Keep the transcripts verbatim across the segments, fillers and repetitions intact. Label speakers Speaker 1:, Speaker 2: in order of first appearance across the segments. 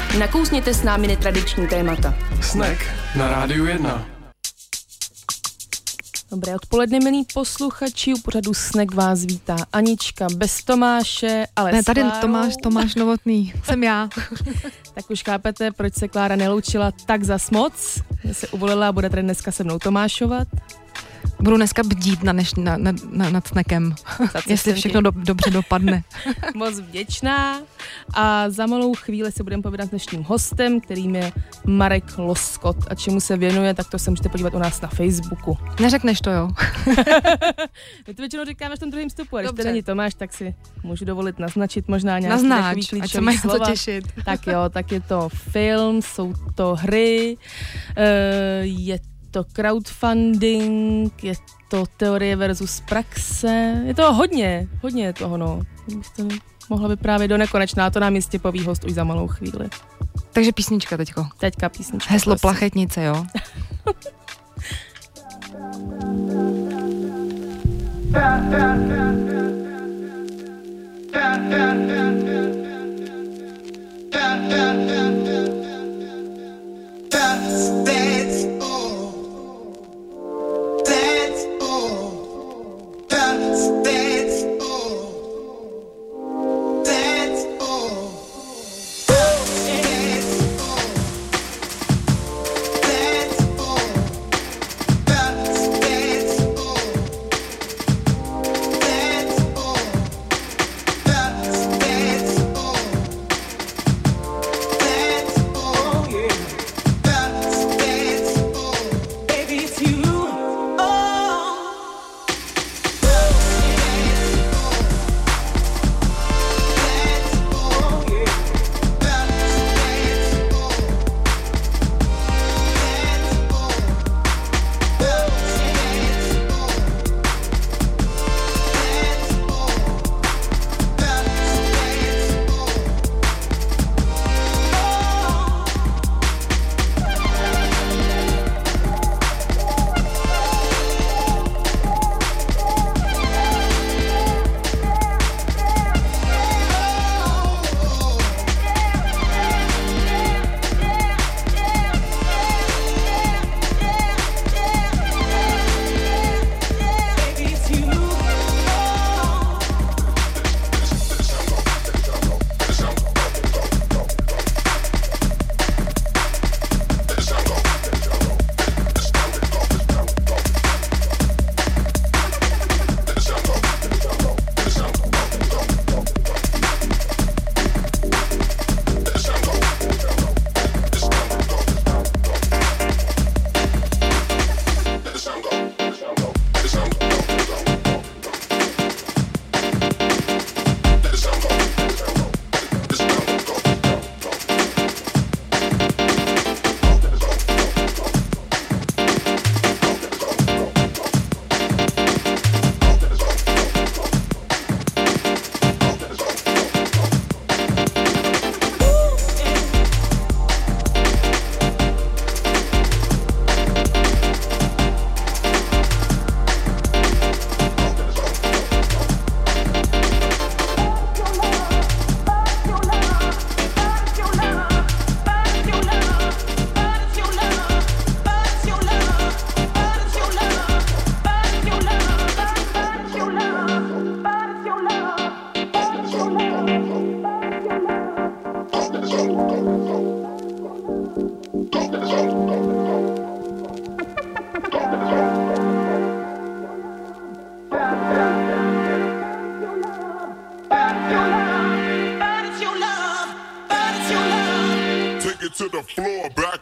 Speaker 1: Nakousněte s námi netradiční témata.
Speaker 2: Snack na Rádiu jedna.
Speaker 3: Dobré odpoledne, milí posluchači, u pořadu Snack vás vítá Anička bez Tomáše, ale
Speaker 4: ne, tady
Speaker 3: Klárou.
Speaker 4: Tomáš, Tomáš Novotný, jsem já.
Speaker 3: Tak už chápete, proč se Klára neloučila tak zas moc, že se uvolila a bude tady dneska se mnou Tomášovat.
Speaker 4: Budu dneska bdít na neš, na, na, na, nad Snackem, jestli všechno do, dobře dopadne.
Speaker 3: Moc vděčná a za malou chvíli se budeme povídat s dnešním hostem, kterým je Marek Loskot. A čemu se věnuje, tak to se můžete podívat u nás na Facebooku.
Speaker 4: Neřekneš to, jo?
Speaker 3: My to většinou říkáme v tom druhém vstupu, a když to není Tomáš, tak si můžu dovolit naznačit možná nějaký
Speaker 4: Naznáč,
Speaker 3: takový klíčový
Speaker 4: ať se mají
Speaker 3: slova.
Speaker 4: co těšit.
Speaker 3: Tak jo, tak je to film, jsou to hry, je to crowdfunding, je to teorie versus praxe, je to hodně, hodně toho, no. Byste mohla vyprávět do nekonečná, to nám jistě poví host už za malou chvíli.
Speaker 4: Takže písnička teďko.
Speaker 3: Teďka písnička.
Speaker 4: Heslo
Speaker 3: prosím.
Speaker 4: Plachetnice, jo?
Speaker 5: To the floor, back.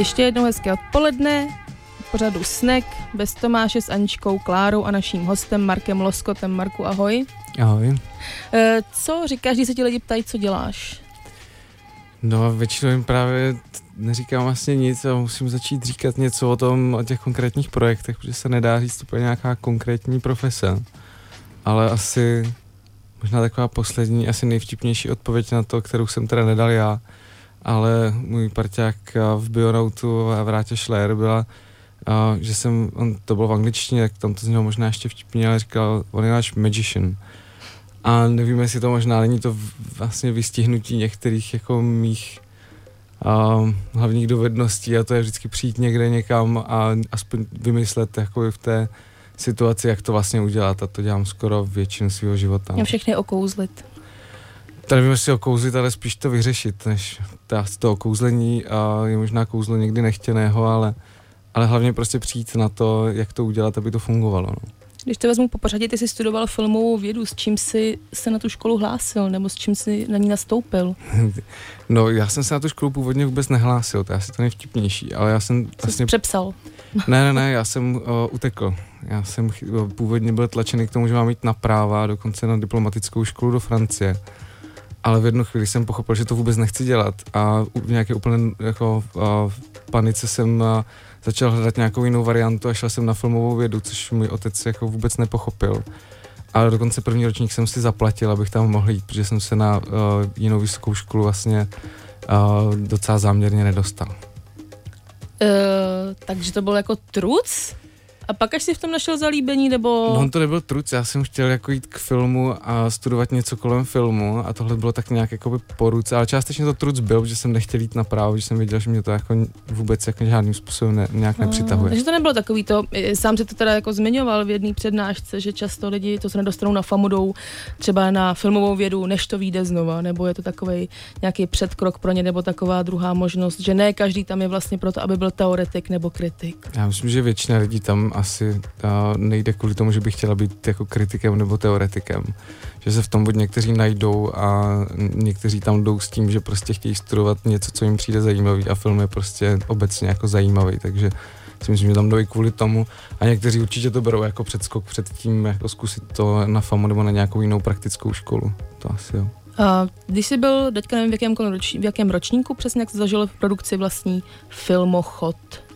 Speaker 3: Ještě jednou hezké odpoledne. Pořadu Snack bez Tomáše s Aničkou, Klárou a naším hostem Markem Loskotem. Marku, ahoj.
Speaker 5: Ahoj.
Speaker 3: E, co říkáš, když se ti lidi ptají, co děláš?
Speaker 5: No, většinou jim právě neříkám vlastně nic a musím začít říkat něco o tom, o těch konkrétních projektech, protože se nedá říct úplně nějaká konkrétní profese. Ale asi možná taková poslední, asi nejvtipnější odpověď na to, kterou jsem teda nedal já, ale můj parťák v Bionautu a Vrátě Schleyer byla, a, že jsem, on to bylo v angličtině, tak tam to znělo možná ještě vtipně, ale říkal, on je náš magician. A nevím, jestli to možná není to vlastně vystihnutí některých jako mých a, hlavních dovedností, a to je vždycky přijít někde někam a aspoň vymyslet jako v té situaci, jak to vlastně udělat, a to dělám skoro většinu svého života.
Speaker 3: Mě všechny okouzlit.
Speaker 5: To nevím, jestli okouzlit, ale spíš to vyřešit, než to okouzlení a je možná kouzlo někdy nechtěného, ale, ale hlavně prostě přijít na to, jak to udělat, aby to fungovalo. No.
Speaker 3: Když to vezmu po pořadě, ty jsi studoval filmovou vědu, s čím jsi se na tu školu hlásil, nebo s čím jsi na ní nastoupil?
Speaker 5: No, já jsem se na tu školu původně vůbec nehlásil, to je asi to nejvtipnější, ale já jsem
Speaker 3: Jsi
Speaker 5: vlastně...
Speaker 3: přepsal.
Speaker 5: Ne, ne, ne, já jsem uh, utekl. Já jsem uh, původně byl tlačený k tomu, že mám jít na práva, dokonce na diplomatickou školu do Francie. Ale v jednu chvíli jsem pochopil, že to vůbec nechci dělat a v nějaké úplně jako uh, panice jsem uh, začal hledat nějakou jinou variantu a šel jsem na filmovou vědu, což můj otec jako vůbec nepochopil. Ale dokonce první ročník jsem si zaplatil, abych tam mohl jít, protože jsem se na uh, jinou vysokou školu vlastně uh, docela záměrně nedostal.
Speaker 3: Uh, takže to byl jako truc? A pak až si v tom našel zalíbení, nebo...
Speaker 5: No, on to nebyl truc, já jsem chtěl jako jít k filmu a studovat něco kolem filmu a tohle bylo tak nějak jakoby po ruce, ale částečně to truc byl, že jsem nechtěl jít na právo, že jsem věděl, že mě to jako vůbec jako žádným způsobem ne, nějak a, nepřitahuje.
Speaker 3: Takže to nebylo takový to, sám si to teda jako zmiňoval v jedné přednášce, že často lidi to se nedostanou na FAMU, jdou třeba na filmovou vědu, než to vyjde znova, nebo je to takovej nějaký předkrok pro ně, nebo taková druhá možnost, že ne každý tam je vlastně proto, aby byl teoretik nebo kritik.
Speaker 5: Já myslím, že většina lidí tam asi nejde kvůli tomu, že bych chtěla být jako kritikem nebo teoretikem. Že se v tom buď někteří najdou a někteří tam jdou s tím, že prostě chtějí studovat něco, co jim přijde zajímavý, a film je prostě obecně jako zajímavý, takže si myslím, že tam jdou i kvůli tomu, a někteří určitě to berou jako předskok před tím, jako zkusit to na FAMU nebo na nějakou jinou praktickou školu. To asi jo.
Speaker 3: A když jsi byl, teďka nevím v jakém, roč, v jakém ročníku přesně, jak jsi zažil v produkci vlastní Filmochod.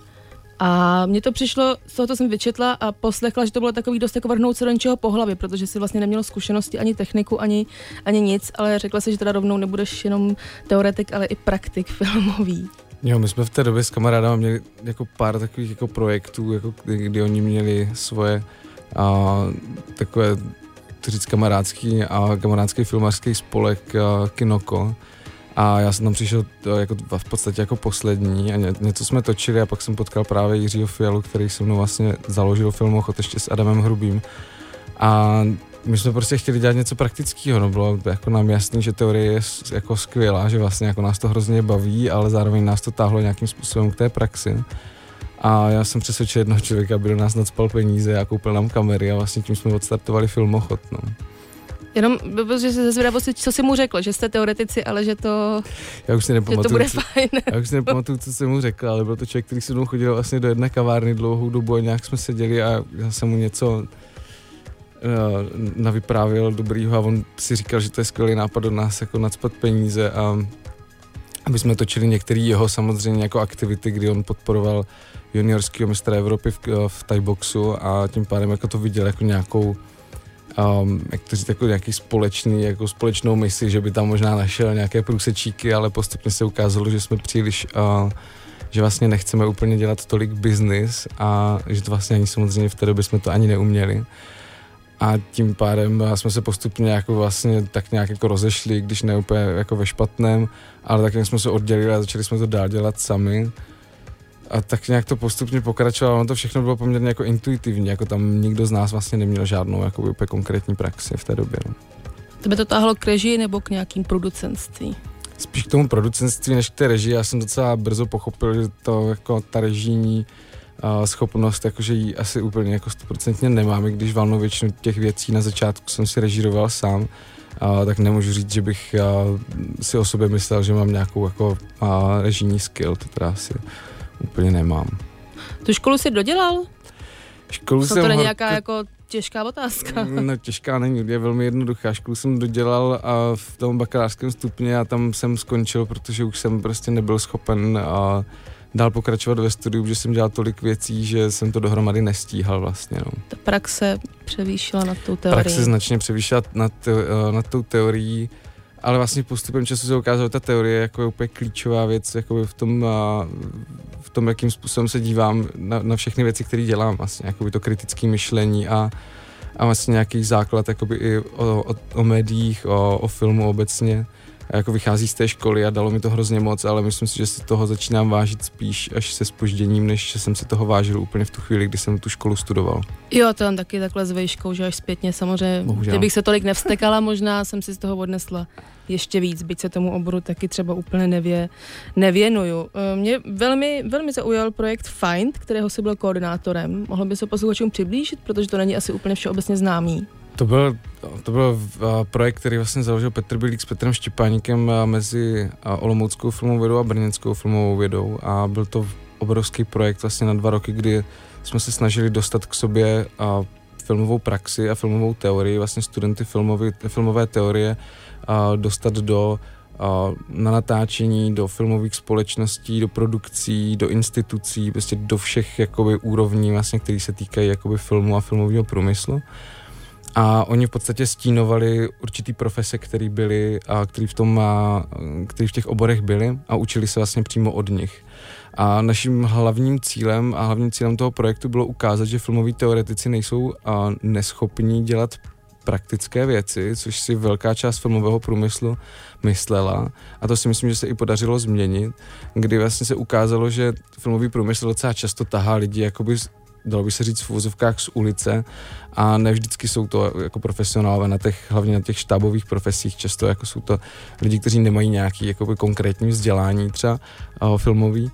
Speaker 3: A mně to přišlo, z toho, co jsem vyčetla a poslechla, že to bylo takový dost jako vrhnout se do něčeho po hlavě, protože si vlastně nemělo zkušenosti ani techniku, ani, ani nic, ale řekla si, že teda rovnou nebudeš jenom teoretik, ale i praktik filmový. Jo,
Speaker 5: my jsme v té době s kamarádama měli jako pár takových jako projektů, jako kdy, kdy oni měli svoje a, takové, to říct, kamarádský a kamarádský filmařský spolek a, Kinoko. A já jsem tam přišel to jako v podstatě jako poslední a ně, něco jsme točili a pak jsem potkal právě Jiřího Fialu, který se mnou vlastně založil Filmochod ještě s Adamem Hrubým. A my jsme prostě chtěli dělat něco praktického, no bylo jako nám jasný, že teorie je jako skvělá, že vlastně jako nás to hrozně baví, ale zároveň nás to táhlo nějakým způsobem k té praxi. A já jsem přesvědčil jednoho člověka, aby do nás nacpal peníze a koupil nám kamery a vlastně tím jsme odstartovali Filmochod, no.
Speaker 3: Jenom, protože se ze zvědavosti, co jsi mu řekl, že jste teoretici, ale že to,
Speaker 5: já už si nepamatuju,
Speaker 3: že to bude
Speaker 5: co,
Speaker 3: fajn.
Speaker 5: Já už si nepamatuju, co jsem mu řekl, ale byl to člověk, který se mnou chodil vlastně do jedné kavárny dlouhou dobu a nějak jsme seděli a já jsem mu něco uh, navyprávěl dobrýho a on si říkal, že to je skvělý nápad do nás jako nacpat peníze, a aby jsme točili některý jeho samozřejmě jako aktivity, kdy on podporoval juniorského mistra Evropy v, v Thai boxu a tím pádem jako to viděl jako nějakou Um, jak to říct, jako nějaký společný, jako společnou misi, že by tam možná našel nějaké průsečíky, ale postupně se ukázalo, že jsme příliš, uh, že vlastně nechceme úplně dělat tolik business a že to vlastně ani samozřejmě v té době jsme to ani neuměli. A tím pádem jsme se postupně jako vlastně tak nějak jako rozešli, když ne úplně jako ve špatném, ale tak jsme se oddělili a začali jsme to dál dělat sami. A tak nějak to postupně pokračovalo, ono to všechno bylo poměrně jako intuitivní, jako tam nikdo z nás vlastně neměl žádnou jako úplně konkrétní praxi v té době. No.
Speaker 3: Tebe to táhlo k režii nebo k nějakým producentství?
Speaker 5: Spíš k tomu producentství než k té režii. Já jsem docela brzo pochopil, že to jako ta režijní uh, schopnost, jakože ji asi úplně jako stoprocentně nemám, i když valnou většinu těch věcí na začátku jsem si režíroval sám, uh, tak nemůžu říct, že bych uh, si o sobě myslel, že mám nějakou jako uh, režijní skill, to teda asi úplně nemám.
Speaker 3: Tu školu jsi dodělal?
Speaker 5: Školu
Speaker 3: to
Speaker 5: jsem...
Speaker 3: To není
Speaker 5: horko...
Speaker 3: nějaká jako těžká otázka.
Speaker 5: No těžká není, je velmi jednoduchá. Školu jsem dodělal a v tom bakalářském stupni a tam jsem skončil, protože už jsem prostě nebyl schopen a dál pokračovat ve studiu, protože jsem dělal tolik věcí, že jsem to dohromady nestíhal vlastně. No.
Speaker 3: Ta praxe převýšila nad tou teorií.
Speaker 5: Praxe značně převýšila nad, nad tou teorií, ale vlastně postupem času se ukázalo, že ta teorie jako je úplně klíčová věc jako v tom, v tom, jakým způsobem se dívám na, na všechny věci, které dělám, vlastně jako to kritické myšlení a, a vlastně nějaký základ jakoby i o, o, o médiích, o, o filmu obecně. A jako vychází z té školy a dalo mi to hrozně moc, ale myslím si, že si toho začínám vážit spíš až se zpožděním, než že jsem si toho vážil úplně v tu chvíli, kdy jsem tu školu studoval.
Speaker 3: Jo, to mám taky takhle s vejškou, že až zpětně samozřejmě,
Speaker 5: Bohužel.
Speaker 3: Kdybych se tolik nevstekala, možná jsem si z toho odnesla ještě víc, byť se tomu oboru taky třeba úplně nevě, nevěnuju. Mě velmi, velmi zaujal projekt Find, kterého jsi byl koordinátorem. Mohl by se posluchačům přiblížit, protože to není asi úplně všeobecně známý.
Speaker 5: To byl, to byl projekt, který vlastně založil Petr Bílík s Petrem Štěpáníkem mezi Olomouckou filmovou vědou a Brněnskou filmovou vědou a byl to obrovský projekt vlastně na dva roky, kdy jsme se snažili dostat k sobě filmovou praxi a filmovou teorii, vlastně studenty filmové, filmové teorie a dostat do a na natáčení, do filmových společností, do produkcí, do institucí, prostě do všech jakoby úrovní, vlastně, které se týkají jakoby filmu a filmového průmyslu. A oni v podstatě stínovali určitý profese, který byli a který v tom, a, který v těch oborech byli a učili se vlastně přímo od nich. A naším hlavním cílem a hlavním cílem toho projektu bylo ukázat, že filmoví teoretici nejsou a, neschopní dělat praktické věci, což si velká část filmového průmyslu myslela. A to si myslím, že se i podařilo změnit, kdy vlastně se ukázalo, že filmový průmysl docela často tahá lidi jakoby, dalo by se říct v uvozovkách z ulice a ne vždycky jsou to jako profesionálové na těch, hlavně na těch štábových profesích, často jako jsou to lidi, kteří nemají nějaký jakoby konkrétní vzdělání třeba uh, filmový.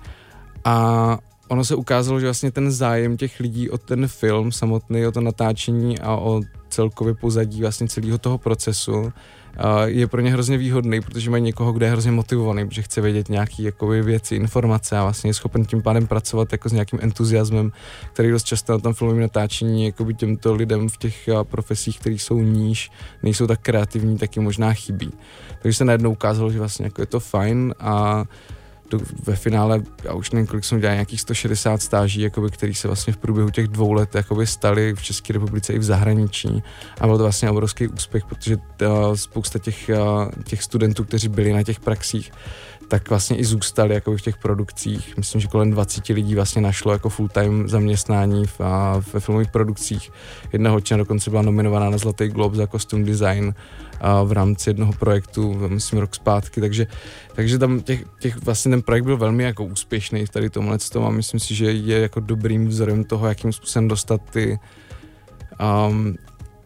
Speaker 5: A ono se ukázalo, že vlastně ten zájem těch lidí o ten film samotný, o to natáčení a o celkově pozadí vlastně celého toho procesu je pro ně hrozně výhodný, protože mají někoho, kdo je hrozně motivovaný, protože chce vědět nějaké jakoby věci, informace a vlastně je schopen tím pádem pracovat jako s nějakým entuziasmem, který dost často na tom filmovém natáčení jakoby těmto lidem v těch profesích, které jsou níž, nejsou tak kreativní, taky možná chybí. Takže se najednou ukázalo, že vlastně jako je to fajn a ve finále, já už nevím, kolik jsem dělal, nějakých sto šedesát stáží, jakoby, který se vlastně v průběhu těch dvou let jakoby, staly v České republice i v zahraničí a byl to vlastně obrovský úspěch, protože uh, spousta těch, uh, těch studentů, kteří byli na těch praxích, tak vlastně i zůstali jakoby, v těch produkcích. Myslím, že kolem dvacet lidí vlastně našlo jako full-time zaměstnání v, uh, ve filmových produkcích. Jedna holčina dokonce byla nominovaná na Zlatý glob za costume design v rámci jednoho projektu, myslím rok zpátky, takže, takže tam těch, těch vlastně ten projekt byl velmi jako úspěšný v tady tomhle a myslím si, že je jako dobrým vzorem toho, jakým způsobem dostat ty um,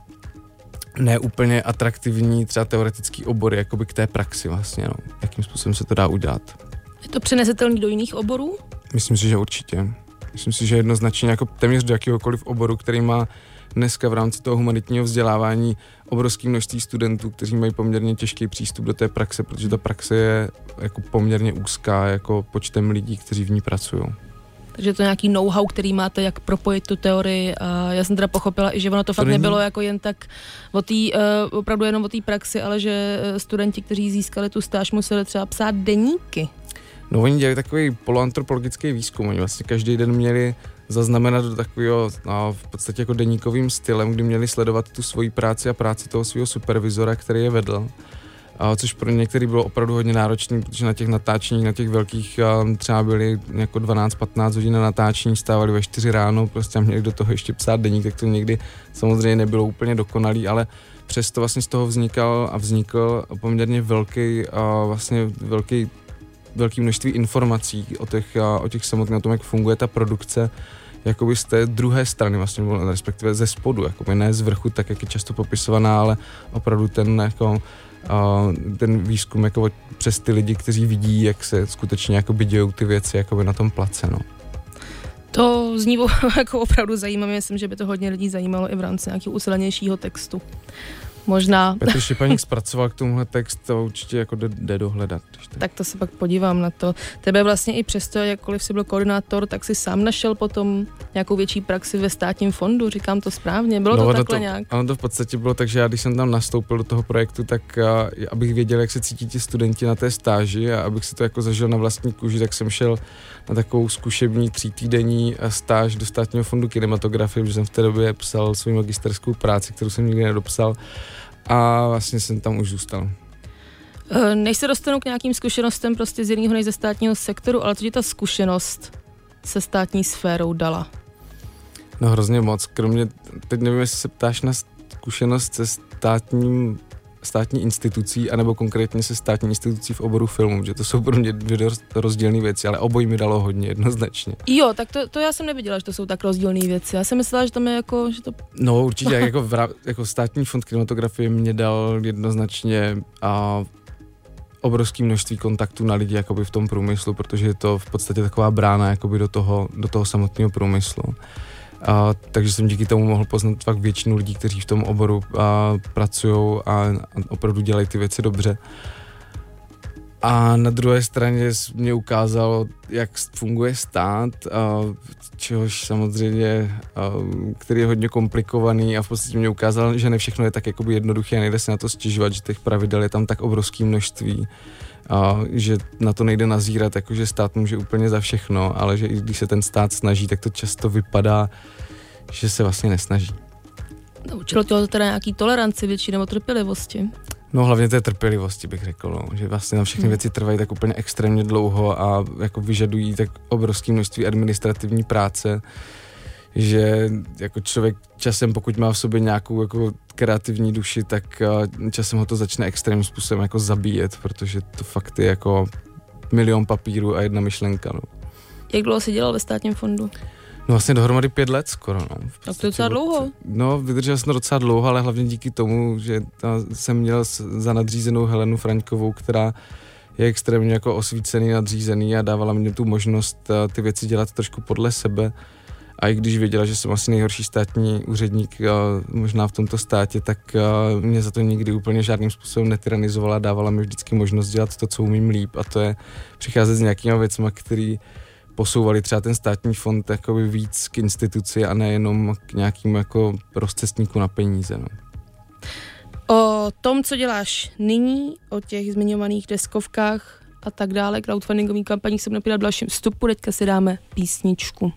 Speaker 5: neúplně atraktivní třeba teoretický obory jakoby k té praxi vlastně, no. Jakým způsobem se to dá udělat.
Speaker 3: Je to přenesitelný do jiných oborů?
Speaker 5: Myslím si, že určitě. Myslím si, že jednoznačně jako téměř do jakéhokoliv oboru, který má dneska v rámci toho humanitního vzdělávání obrovské množství studentů, kteří mají poměrně těžký přístup do té praxe, protože ta praxe je jako poměrně úzká jako počtem lidí, kteří v ní pracují.
Speaker 3: Takže to je nějaký know-how, který máte, jak propojit tu teorii. A já jsem teda pochopila i, že ono to, to fakt není... nebylo jako jen tak o tý, uh, opravdu jenom o té praxi, ale že studenti, kteří získali tu stáž, museli třeba psát deníky.
Speaker 5: No oni dělali takový poloantropologický výzkum, oni vlastně každý den měli zaznamenat do takového no, v podstatě jako deníkovým stylem, kdy měli sledovat tu svoji práci a práci toho svého supervizora, který je vedl. A což pro některý bylo opravdu hodně náročný, protože na těch natáčeních, na těch velkých třeba byly jako dvanáct patnáct hodin na natáčení, stávali ve čtyři ráno, prostě měli do toho ještě psát deník, tak to někdy samozřejmě nebylo úplně dokonalý, ale přesto vlastně z toho vznikal a vznikl poměrně velký a vlastně velký velké množství informací o těch, o těch samotných, o tom, jak funguje ta produkce, jakoby z té druhé strany, vlastně, respektive ze spodu, jakoby ne z vrchu, tak jak je často popisovaná, ale opravdu ten, jako, ten výzkum jako přes ty lidi, kteří vidí, jak se skutečně jakoby dějou ty věci jakoby na tom place. No.
Speaker 3: To zní jako opravdu zajímavé, myslím, že by to hodně lidí zajímalo i v rámci nějakého usilenějšího textu. možná.
Speaker 5: Petr Štěpáník zpracoval k tomuhle text, to určitě jako jde, jde dohledat.
Speaker 3: Tak. tak to se pak podívám na to. Tebe vlastně i přesto, jakkoliv jsi byl koordinátor, tak si sám našel potom nějakou větší praxi ve státním fondu, říkám to správně, bylo
Speaker 5: no,
Speaker 3: to takhle
Speaker 5: to,
Speaker 3: nějak?
Speaker 5: Ano, to v podstatě bylo tak, že já když jsem tam nastoupil do toho projektu, tak a, abych věděl, jak se cítí ti studenti na té stáži a abych si to jako zažil na vlastní kůži, tak jsem šel na takovou zkušební třítýdenní stáž do státního fondu kinematografie, protože jsem v té době psal svou magisterskou práci, kterou jsem nikdy nedopsal a vlastně jsem tam už zůstal.
Speaker 3: Než se dostanu k nějakým zkušenostem prostě z jiného než ze státního sektoru, ale co ti ta zkušenost se státní sférou dala?
Speaker 5: No hrozně moc, kromě, teď nevím, jestli se ptáš na zkušenost se státním státní institucí, anebo konkrétně se státní institucí v oboru filmu, že to jsou pro mě dvě rozdílné věci, ale obojí mi dalo hodně jednoznačně.
Speaker 3: Jo, tak to, to já jsem neviděla, že to jsou tak rozdílné věci. Já jsem myslela, že tam je jako, že to...
Speaker 5: No určitě, jako, v, jako státní fond kinematografie mě dal jednoznačně a obrovské množství kontaktů na lidi jakoby v tom průmyslu, protože je to v podstatě taková brána jakoby do toho, do toho samotného průmyslu. A, takže jsem díky tomu mohl poznat fakt většinu lidí, kteří v tom oboru pracují a, a opravdu dělají ty věci dobře. A na druhé straně mě ukázalo, jak funguje stát, a, čehož samozřejmě, a, který je hodně komplikovaný a v podstatě mě ukázal, že ne všechno je tak jakoby jednoduché a nejde se na to stěžovat, že těch pravidel je tam tak obrovské množství. A že na to nejde nazírat, jakože stát může úplně za všechno, ale že i když se ten stát snaží, tak to často vypadá, že se vlastně nesnaží.
Speaker 3: Naučilo to teda nějaký toleranci větší nebo trpělivosti?
Speaker 5: No hlavně té trpělivosti bych řekl, no, že vlastně na všechny hmm. věci trvají tak úplně extrémně dlouho a jako vyžadují tak obrovské množství administrativní práce, že jako člověk časem, pokud má v sobě nějakou jako kreativní duši, tak časem ho to začne extrémním způsobem jako zabíjet, protože to fakt je jako milion papírů a jedna myšlenka. No.
Speaker 3: Jak dlouho jsi dělal ve státním fondu?
Speaker 5: No vlastně dohromady pět let skoro. No.
Speaker 3: Tak to je docela dlouho.
Speaker 5: No, vydržel jsem to docela dlouho, ale hlavně díky tomu, že jsem měl za nadřízenou Helenu Fraňkovou, která je extrémně jako osvícený, nadřízený a dávala mě tu možnost ty věci dělat trošku podle sebe. A i když věděla, že jsem asi nejhorší státní úředník možná v tomto státě, tak mě za to nikdy úplně žádným způsobem netyranizovala, dávala mi vždycky možnost dělat to, co umím líp, a to je přicházet s nějakýma věcma, který posouvali třeba ten státní fond jakoby víc k instituci a nejenom k nějakému jako rozcestníku na peníze. No.
Speaker 3: O tom, co děláš nyní, o těch zmiňovaných deskovkách a tak dále, crowdfundingových kampaních jsem napíla v dalším vstupu, teďka si dáme písničku.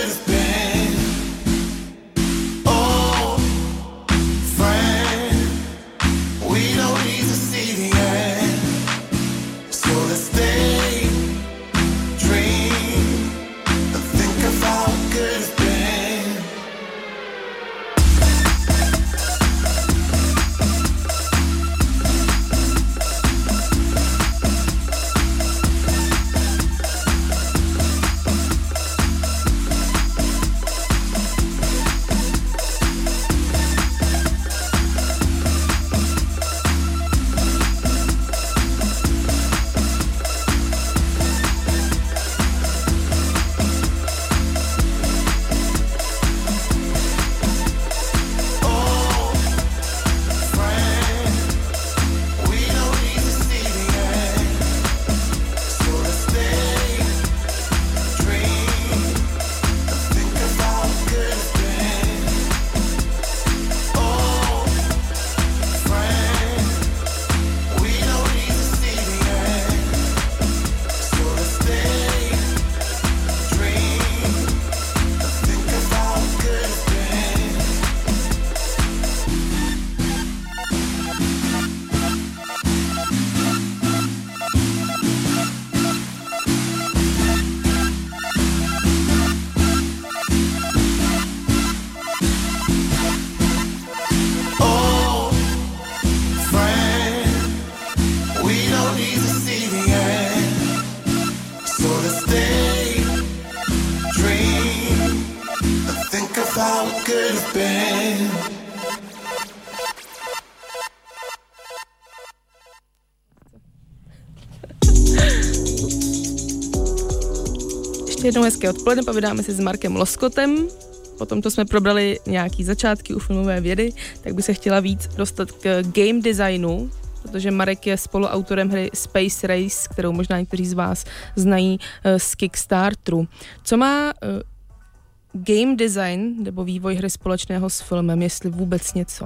Speaker 3: Ještě jednou hezké odpoledne, povídáme si s Markem Loskotem. Potom to jsme probrali nějaký začátky u filmové vědy, tak by se chtěla víc dostat k game designu, protože Marek je spoluautorem hry Space Race, kterou možná někteří z vás znají z Kickstarteru. Co má game design nebo vývoj hry společného s filmem, jestli vůbec něco?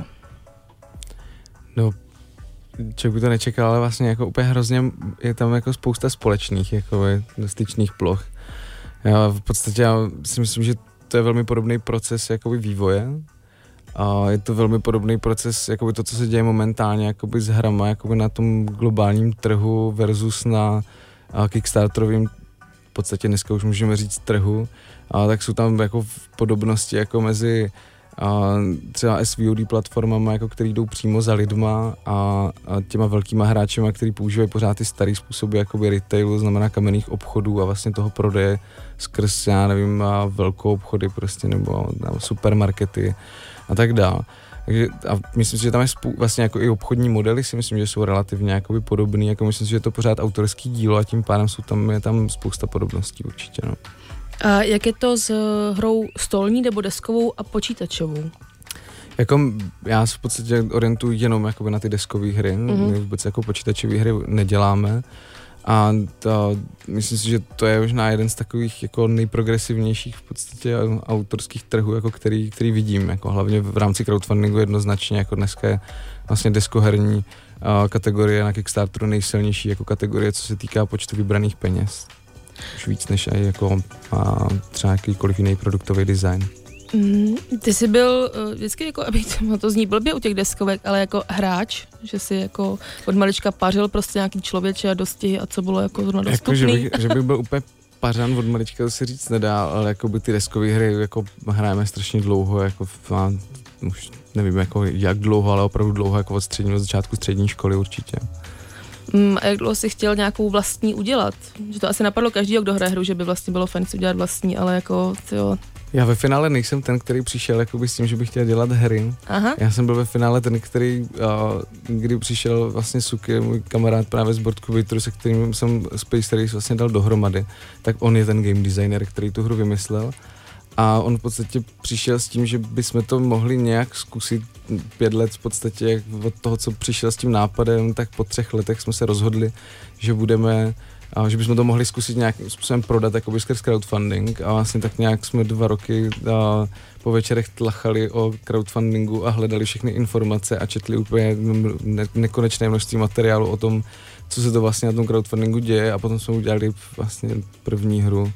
Speaker 5: No, člověk by to nečekal, ale vlastně jako úplně hrozně je tam jako spousta společných jako styčných ploch. Já v podstatě já si myslím, že to je velmi podobný proces jakoby vývoje a je to velmi podobný proces jakoby to, co se děje momentálně jakoby s hrama jakoby na tom globálním trhu versus na Kickstarterovým v podstatě dneska už můžeme říct trhu, a tak jsou tam jako podobnosti jako mezi a třeba S V O D platformama, jako který jdou přímo za lidma a, a těma velkýma hráčema, který používají pořád ty starý způsoby jakoby retailu, znamená kamenných obchodů a vlastně toho prodeje skrz, já nevím, velkou obchody prostě nebo, nebo supermarkety a tak dále. Takže a myslím si, že tam je spou- vlastně jako i obchodní modely si myslím, že jsou relativně jakoby podobný, jako myslím si, že je to pořád autorský dílo a tím pádem jsou tam, je tam spousta podobností určitě, no.
Speaker 3: A jak je to s hrou stolní nebo deskovou a počítačovou?
Speaker 5: Jako já se v podstatě orientuji jenom jakoby na ty deskové hry, mm-hmm. my vůbec jako počítačové hry neděláme a to, myslím si, že to je možná jeden z takových jako nejprogresivnějších v podstatě autorských trhů, jako který, který vidím, jako hlavně v rámci crowdfundingu jednoznačně, jako dneska je vlastně deskoherní uh, kategorie na Kickstarteru nejsilnější jako kategorie, co se týká počtu vybraných peněz. Už víc než aj jako a třeba jakýkoliv jiný produktový design.
Speaker 3: Mm, ty jsi byl uh, vždycky jako, aby to, to zní blbě u těch deskovek, ale jako hráč, že jsi jako od malička pařil prostě nějaký člověče a dostihy a co bylo jako zrovna dostupný.
Speaker 5: Jako, že, bych, že bych byl úplně pařan od malička, to se říct nedá, ale jako by ty deskové hry jako hrajeme strašně dlouho, jako a, už nevím jako jak dlouho, ale opravdu dlouho, jako od středního začátku střední školy určitě.
Speaker 3: Mm, a jak dlouho jsi chtěl nějakou vlastní udělat? Že to asi napadlo každýho, kdo hraje hru, že by vlastně bylo fajn si udělat vlastní, ale jako tyjo.
Speaker 5: Já ve finále nejsem ten, který přišel jakoby s tím, že bych chtěl dělat hry.
Speaker 3: Aha.
Speaker 5: Já jsem byl ve finále ten, který, uh, kdy přišel vlastně Suki, můj kamarád právě z Boardcubator, se kterým jsem Space Race vlastně dal dohromady, tak on je ten game designer, který tu hru vymyslel. A on v podstatě přišel s tím, že bychom to mohli nějak zkusit pět let v podstatě od toho, co přišel s tím nápadem, tak po třech letech jsme se rozhodli, že budeme, a že bychom to mohli zkusit nějakým způsobem prodat jakoby skrz crowdfunding a vlastně tak nějak jsme dva roky a po večerech tlachali o crowdfundingu a hledali všechny informace a četli úplně ne- nekonečné množství materiálu o tom, co se to vlastně na tom crowdfundingu děje a potom jsme udělali vlastně první hru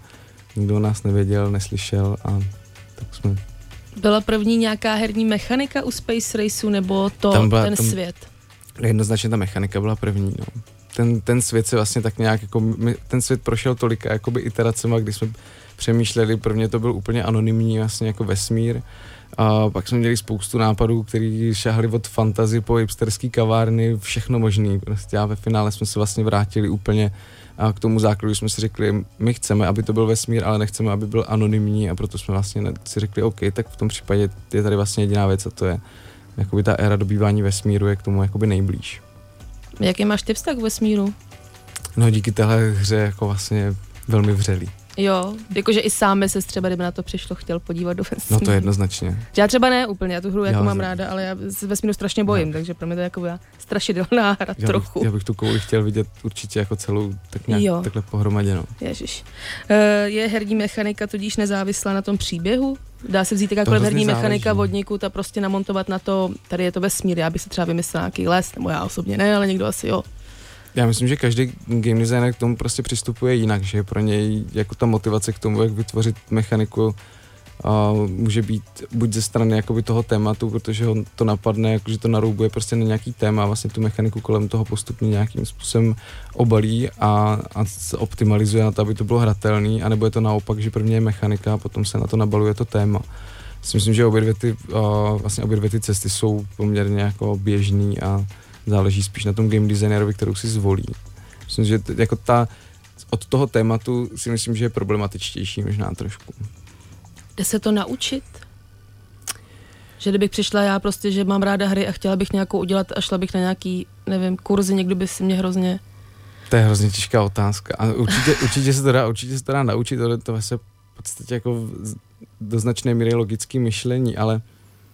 Speaker 5: nikdo o nás nevěděl, neslyšel a tak jsme...
Speaker 3: Byla první nějaká herní mechanika u Space Raceu, nebo to
Speaker 5: tam byla,
Speaker 3: ten
Speaker 5: tam,
Speaker 3: svět?
Speaker 5: Jednoznačně ta mechanika byla první, no. Ten, ten svět se vlastně tak nějak, jako, my, ten svět prošel tolika jakoby iteracema, kdy jsme přemýšleli, prvně to byl úplně anonymní vlastně jako vesmír, a pak jsme měli spoustu nápadů, který šahali od fantasy po hipsterský kavárny, všechno možný, prostě a ve finále jsme se vlastně vrátili úplně a k tomu základu jsme si řekli, my chceme, aby to byl vesmír, ale nechceme, aby byl anonymní a proto jsme vlastně si řekli, OK, tak v tom případě je tady vlastně jediná věc a to je jakoby ta éra dobývání vesmíru je k tomu jakoby nejblíž.
Speaker 3: Jaký máš ty vztah k vesmíru?
Speaker 5: No díky téhle hře jako vlastně velmi vřelý.
Speaker 3: Jo, jakože i sám se třeba, kdyby na to přišlo, chtěl podívat do vesmíru.
Speaker 5: No to jednoznačně.
Speaker 3: Já třeba ne úplně, já tu hru jako
Speaker 5: já
Speaker 3: mám
Speaker 5: z...
Speaker 3: ráda, ale já se vesmíru strašně bojím, já. takže pro mě to je jako strašidelná hra
Speaker 5: já
Speaker 3: trochu.
Speaker 5: Bych, já bych tu kouli chtěl vidět určitě jako celou tak nějak
Speaker 3: jo.
Speaker 5: takhle pohromadě. No.
Speaker 3: Ježiš. Je herní mechanika tudíž nezávislá na tom příběhu? Dá se vzít jakákoliv herní
Speaker 5: záleží.
Speaker 3: mechanika vodníku a prostě namontovat na to, tady je to vesmír, já bych se třeba vymyslel nějaký les, nebo já osobně ne, ale někdo asi jo.
Speaker 5: Já myslím, že každý game designer k tomu prostě přistupuje jinak, že pro něj jako ta motivace k tomu, jak vytvořit mechaniku, uh, může být buď ze strany jakoby toho tématu, protože ho to napadne, jakože to naroubuje prostě na nějaký téma, vlastně tu mechaniku kolem toho postupně nějakým způsobem obalí a, a optimalizuje na to, aby to bylo hratelný, anebo je to naopak, že prvně je mechanika a potom se na to nabaluje to téma. Myslím, že obě dvě ty, uh, vlastně obě dvě ty cesty jsou poměrně jako běžný a záleží spíš na tom game designerovi, kterou si zvolí. Myslím, že t- jako ta, od toho tématu si myslím, že je problematičtější možná trošku.
Speaker 3: Jde se to naučit? Že kdybych přišla já prostě, že mám ráda hry a chtěla bych nějakou udělat a šla bych na nějaký, nevím, kurzy, někdo by si mě hrozně...
Speaker 5: To je hrozně těžká otázka. A určitě, určitě se to dá, určitě se to dá naučit, ale to je v podstatě jako do značné míry logické myšlení, ale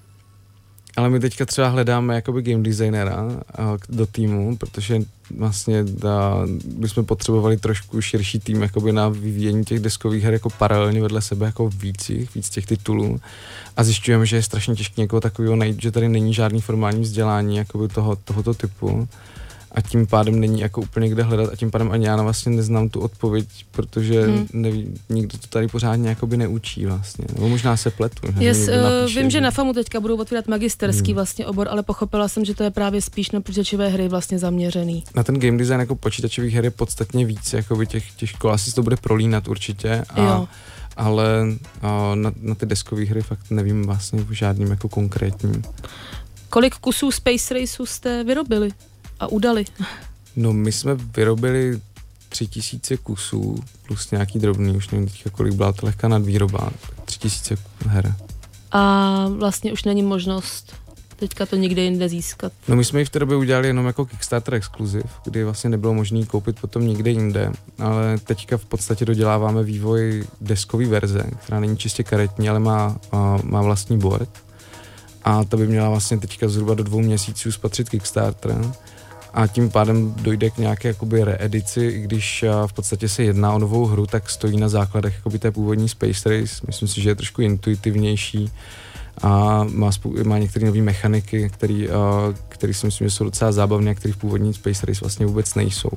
Speaker 5: Ale my teďka třeba hledáme jakoby game designera do týmu, protože vlastně da, bychom potřebovali trošku širší tým jakoby na vyvíjení těch deskových her jako paralelně vedle sebe jako víc, víc těch titulů. A zjišťujeme, že je strašně těžké někoho takového najít, že tady není žádný formální vzdělání jakoby toho, tohoto typu. A tím pádem není jako úplně kde hledat a tím pádem ani já vlastně neznám tu odpověď, protože hmm. neví, nikdo to tady pořádně jakoby neučí vlastně. Nebo možná se pletu.
Speaker 3: Yes, uh, vím, že na FAMu teďka budou otvírat magisterský hmm. vlastně obor, ale pochopila jsem, že to je právě spíš na počítačové hry vlastně zaměřený.
Speaker 5: Na ten game design jako počítačových her je podstatně víc, jakoby těch, těch škol asi to bude prolínat určitě. A,
Speaker 3: jo.
Speaker 5: Ale a na, na ty deskové hry fakt nevím vlastně v žádným jako konkrétním.
Speaker 3: Kolik kusů Space Raceu jste vyrobili a udali?
Speaker 5: No my jsme vyrobili tři tisíce kusů plus nějaký drobný, už nevím teďka kolik byla to lehká nadvýroba, tři tisíce her.
Speaker 3: A vlastně už není možnost teďka to nikde jinde získat.
Speaker 5: No my jsme ji v té době udělali jenom jako Kickstarter exkluziv, kdy vlastně nebylo možné koupit potom nikde jinde, ale teďka v podstatě doděláváme vývoj deskové verze, která není čistě karetní, ale má, má vlastní board. A ta by měla vlastně teďka zhruba do dvou měsíců spatřit Kickstarter. A tím pádem dojde k nějaké jakoby reedici, i když v podstatě se jedná o novou hru, tak stojí na základech jakoby té původní Space Race. Myslím si, že je trošku intuitivnější a má, spou- má některé nové mechaniky, které si myslím, že jsou docela zábavné a které v původní Space Race vlastně vůbec nejsou.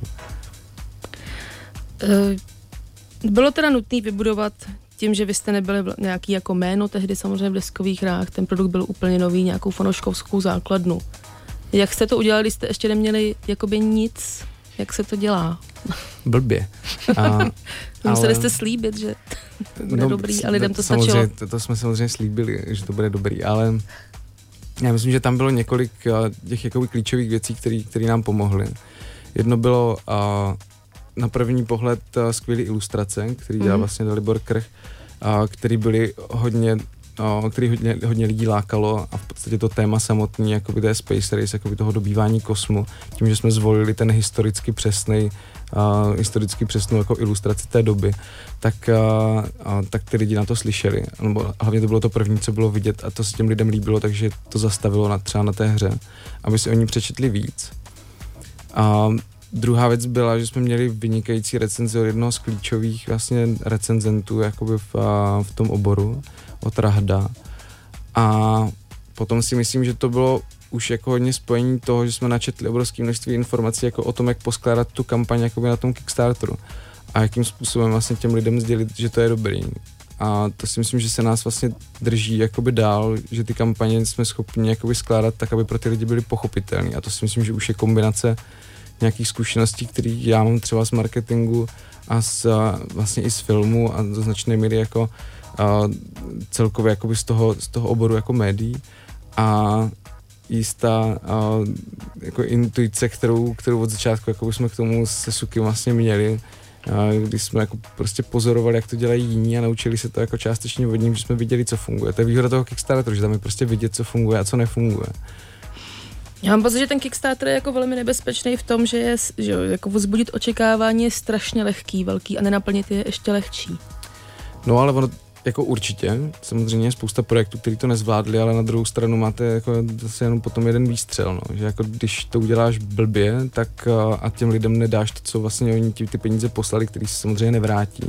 Speaker 3: Bylo teda nutné vybudovat tím, že vy jste nebyli nějaký jako jméno tehdy samozřejmě v deskových hrách, ten produkt byl úplně nový, nějakou fanouškovskou základnu. Jak jste to udělali, když jste ještě neměli jakoby nic? Jak se to dělá?
Speaker 5: Blbě. A,
Speaker 3: museli ale... jste slíbit, že to bude no, dobrý a lidem to stačilo.
Speaker 5: To, to jsme samozřejmě slíbili, že to bude dobrý, ale já myslím, že tam bylo několik těch jakoby klíčových věcí, které nám pomohly. Jedno bylo a, na první pohled skvělé ilustrace, který dělal mm. vlastně Dalibor Krch, a, který byly hodně No, který hodně, hodně lidí lákalo a v podstatě to téma samotný, jakoby té Space Race, jakoby toho dobývání kosmu, tím, že jsme zvolili ten historicky přesnej, uh, historicky přesnou jako ilustraci té doby, tak, uh, uh, tak ty lidi na to slyšeli. Nebo hlavně to bylo to první, co bylo vidět a to se těm lidem líbilo, takže to zastavilo na, třeba na té hře, aby si oni přečetli víc. Uh, Druhá věc byla, že jsme měli vynikající recenzi od jednoho z klíčových vlastně recenzentů jakoby v, v tom oboru, od Rahda. A potom si myslím, že to bylo už jako hodně spojení toho, že jsme načetli obrovské množství informací jako o tom, jak poskládat tu kampaň jakoby na tom Kickstarteru. a jakým způsobem vlastně těm lidem sdělit, že to je dobrý. A to si myslím, že se nás vlastně drží jakoby dál, že ty kampaně jsme schopni jakoby skládat tak, aby pro ty lidi byly pochopitelné. A to si myslím, že už je kombinace nějakých zkušeností, které já mám třeba z marketingu a z, vlastně i z filmu a do značné míry jako a, celkově jakoby z toho, z toho oboru jako médií a jistá a, jako intuice, kterou, kterou od začátku jakoby jsme k tomu se Sukim vlastně měli, když jsme jako prostě pozorovali, jak to dělají jiní a naučili se to jako částečně od nich, že jsme viděli, co funguje. To je výhoda toho Kickstarteru, že tam je prostě vidět, co funguje a co nefunguje.
Speaker 3: Já mám pocit, že ten Kickstarter je jako velmi nebezpečný v tom, že je, že jako vzbudit očekávání je strašně lehký, velký a nenaplnit je ještě lehčí.
Speaker 5: No ale ono jako určitě, samozřejmě je spousta projektů, který to nezvládli, ale na druhou stranu máte jako zase jenom potom jeden výstřel, no. Že jako když to uděláš blbě, tak a těm lidem nedáš to, co vlastně oni ti ty peníze poslali, který se samozřejmě nevrátí,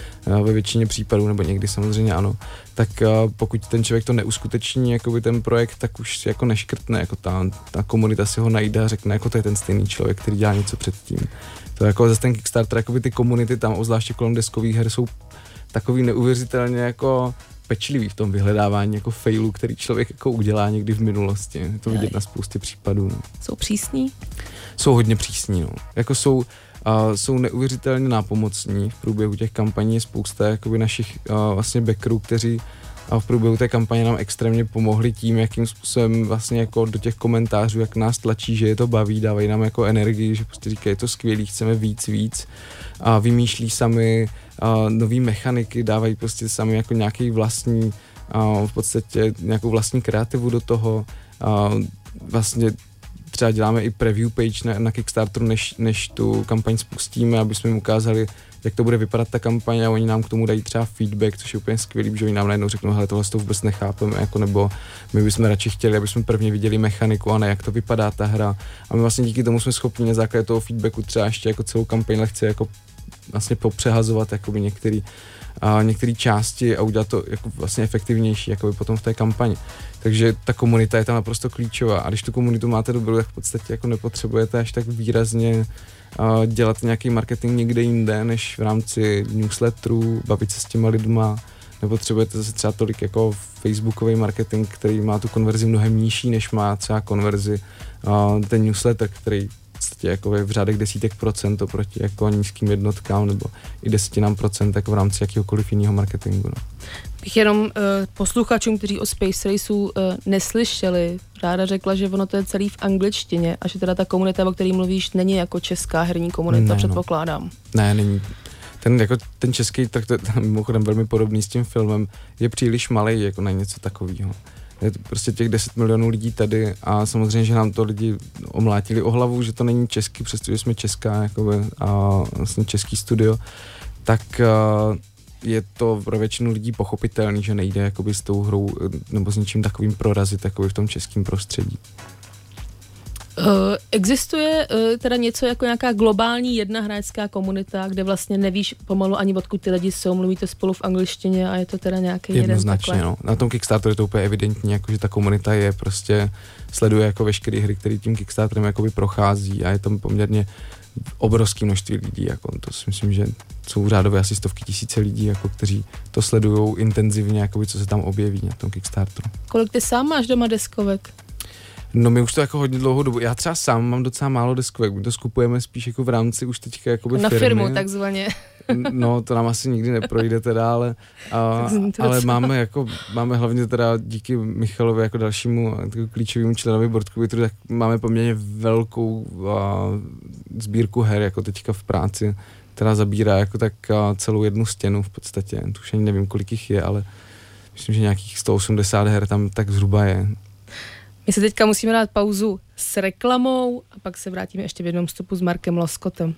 Speaker 5: ve většině případů, nebo někdy samozřejmě ano, tak pokud ten člověk to neuskuteční, jakoby ten projekt, tak už jako neškrtne, jako ta, ta komunita si ho najde a řekne, jako to je ten stejný člověk, který dělá něco předtím. To jako zase ten Kickstarter, jakoby ty komunity tam, obzvláště kolem deskových her, jsou takový neuvěřitelně jako pečlivý v tom vyhledávání jako failů, který člověk jako udělá někdy v minulosti. Je to vidět na spoustě případů. No.
Speaker 3: Jsou přísní?
Speaker 5: Jsou hodně přísní, no. Jako jsou, uh, jsou neuvěřitelně nápomocní v průběhu těch kampaní. Je spousta jakoby našich uh, vlastně backerů, kteří uh, v průběhu té kampaně nám extrémně pomohli tím, jakým způsobem vlastně jako do těch komentářů, jak nás tlačí, že je to baví, dávají nám jako energii, že prostě říkají, je to skvělý, chceme víc, víc a vymýšlí sami Uh, nový mechaniky, dávají prostě sami jako nějaký vlastní, uh, v podstatě nějakou vlastní kreativu do toho. Uh, vlastně třeba děláme i preview page na, na Kickstarteru, než, než tu kampaň spustíme, aby jsme jim ukázali, jak to bude vypadat ta kampaň a oni nám k tomu dají třeba feedback, což je úplně skvělý, že oni nám najednou řeknou, hele, tohle to vůbec nechápeme, jako, nebo my bychom radši chtěli, aby jsme prvně viděli mechaniku a ne jak to vypadá ta hra. A my vlastně díky tomu jsme schopni na základě toho feedbacku třeba ještě jako celou kampaň lehce jako vlastně popřehazovat jakoby některý, a některé části a udělat to jako vlastně efektivnější jakoby potom v té kampani. Takže ta komunita je tam naprosto klíčová a když tu komunitu máte dobrou, tak v podstatě jako nepotřebujete až tak výrazně a, dělat nějaký marketing někde jinde, než v rámci newsletterů, bavit se s těma lidma. Nepotřebujete zase třeba tolik jako facebookový marketing, který má tu konverzi mnohem nižší, než má třeba konverzi a, ten newsletter, který jako v řádech desítek procent oproti jako nízkým jednotkám nebo i desetinám procent jako v rámci jakýhokoliv jiného marketingu. No.
Speaker 3: Bych jenom uh, posluchačům, kteří o Space Raceu uh, neslyšeli, ráda řekla, že ono to je celý v angličtině a že teda ta komunita, o který mluvíš, není jako česká herní komunita, ne, předpokládám. No.
Speaker 5: Ne, není. Ten, jako, ten český trh, to je mimochodem velmi podobný s tím filmem, je příliš malej jako na něco takového. Je to prostě těch deset milionů lidí tady a samozřejmě, že nám to lidi omlátili o hlavu, že to není český, přestože jsme česká jakoby, a vlastně český studio, tak uh, je to pro většinu lidí pochopitelný, že nejde jakoby s tou hrou nebo s něčím takovým prorazit jakoby v tom českém prostředí.
Speaker 3: Uh, existuje uh, teda něco jako nějaká globální jedna hráčská komunita, kde vlastně nevíš pomalu ani odkud ty lidi jsou, mluvíte spolu v angličtině a je to teda nějaký jeden
Speaker 5: jednoznačně, no. Na tom Kickstarteru je to úplně evidentní, jako, že ta komunita je prostě, sleduje jako veškeré hry, které tím Kickstarterem jakoby prochází a je tam poměrně obrovské množství lidí, jako to si myslím, že jsou řádově asi stovky tisíce lidí, jako, kteří to sledují intenzivně, jakoby, co se tam objeví na tom Kickstarteru.
Speaker 3: Kolik ty sám máš doma deskovek?
Speaker 5: No my už to jako hodně dlouhou dobu, já třeba sám mám docela málo deskovek, my to skupujeme spíš jako v rámci už teďka jakoby
Speaker 3: na
Speaker 5: firmy.
Speaker 3: firmu takzvaně.
Speaker 5: No to nám asi nikdy neprojde teda, ale, a, ale máme jako, máme hlavně teda díky Michalovi jako dalšímu klíčovému členovi Boardcubitru, tak máme poměrně velkou a, sbírku her jako teďka v práci, která zabírá jako tak a, celou jednu stěnu v podstatě, to už ani nevím kolik jich je, ale myslím, že nějakých sto osmdesát her tam tak zhruba je.
Speaker 3: My se teďka musíme dát pauzu s reklamou a pak se vrátíme ještě v jednom vstupu s Markem Loskotem.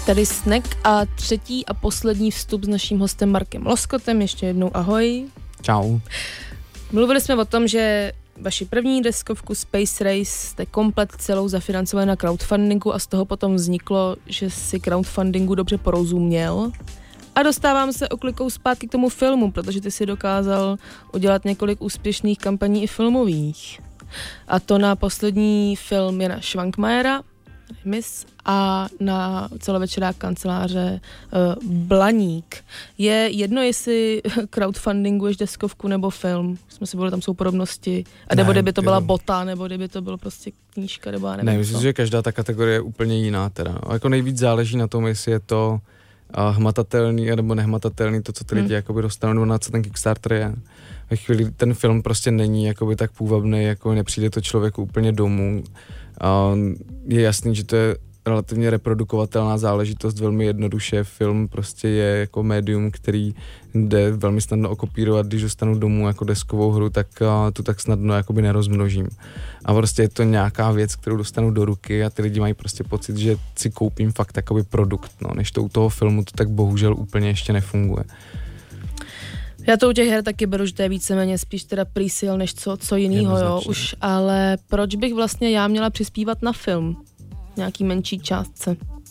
Speaker 3: Tady Snack a třetí a poslední vstup s naším hostem Markem Loskotem. Ještě jednou ahoj.
Speaker 5: Čau.
Speaker 3: Mluvili jsme o tom, že vaši první deskovku Space Race jste komplet celou zafinancovali na crowdfundingu a z toho potom vzniklo, že si crowdfundingu dobře porozuměl. A dostávám se oklikou zpátky k tomu filmu, protože ty si dokázal udělat několik úspěšných kampaní i filmových. A to na poslední film Jana Švankmajera, Miss, a na celovečerák kanceláře uh, Blaník. Je jedno, jestli crowdfundinguješ deskovku nebo film? Jsme si byli, tam jsou podobnosti. A nebo kdyby to byla bota, nebo kdyby to bylo prostě knížka, nebo já nevím.
Speaker 5: Ne, myslím, že každá ta kategorie je úplně jiná teda. No. Jako nejvíc záleží na tom, jestli je to uh, hmatatelný nebo nehmatatelný, to, co ty lidi hmm. jakoby dostanou, nebo na co ten Kickstarter je. Ve chvíli ten film prostě není jakoby tak půvabný, jako nepřijde to člověku úplně domů. Uh, je jasný, že to je relativně reprodukovatelná záležitost, velmi jednoduše. Film prostě je jako médium, který jde velmi snadno okopírovat, když dostanu domů jako deskovou hru, tak uh, tu tak snadno jakoby nerozmnožím. A prostě je to nějaká věc, kterou dostanu do ruky a ty lidi mají prostě pocit, že si koupím fakt jakoby produkt, no, než to u toho filmu to tak bohužel úplně ještě nefunguje.
Speaker 3: Já to u těch her taky beru, že to je víceméně spíš teda pre-sale než co, co jinýho, jo, už, ale proč bych vlastně já měla přispívat na film? Nějaký menší částce.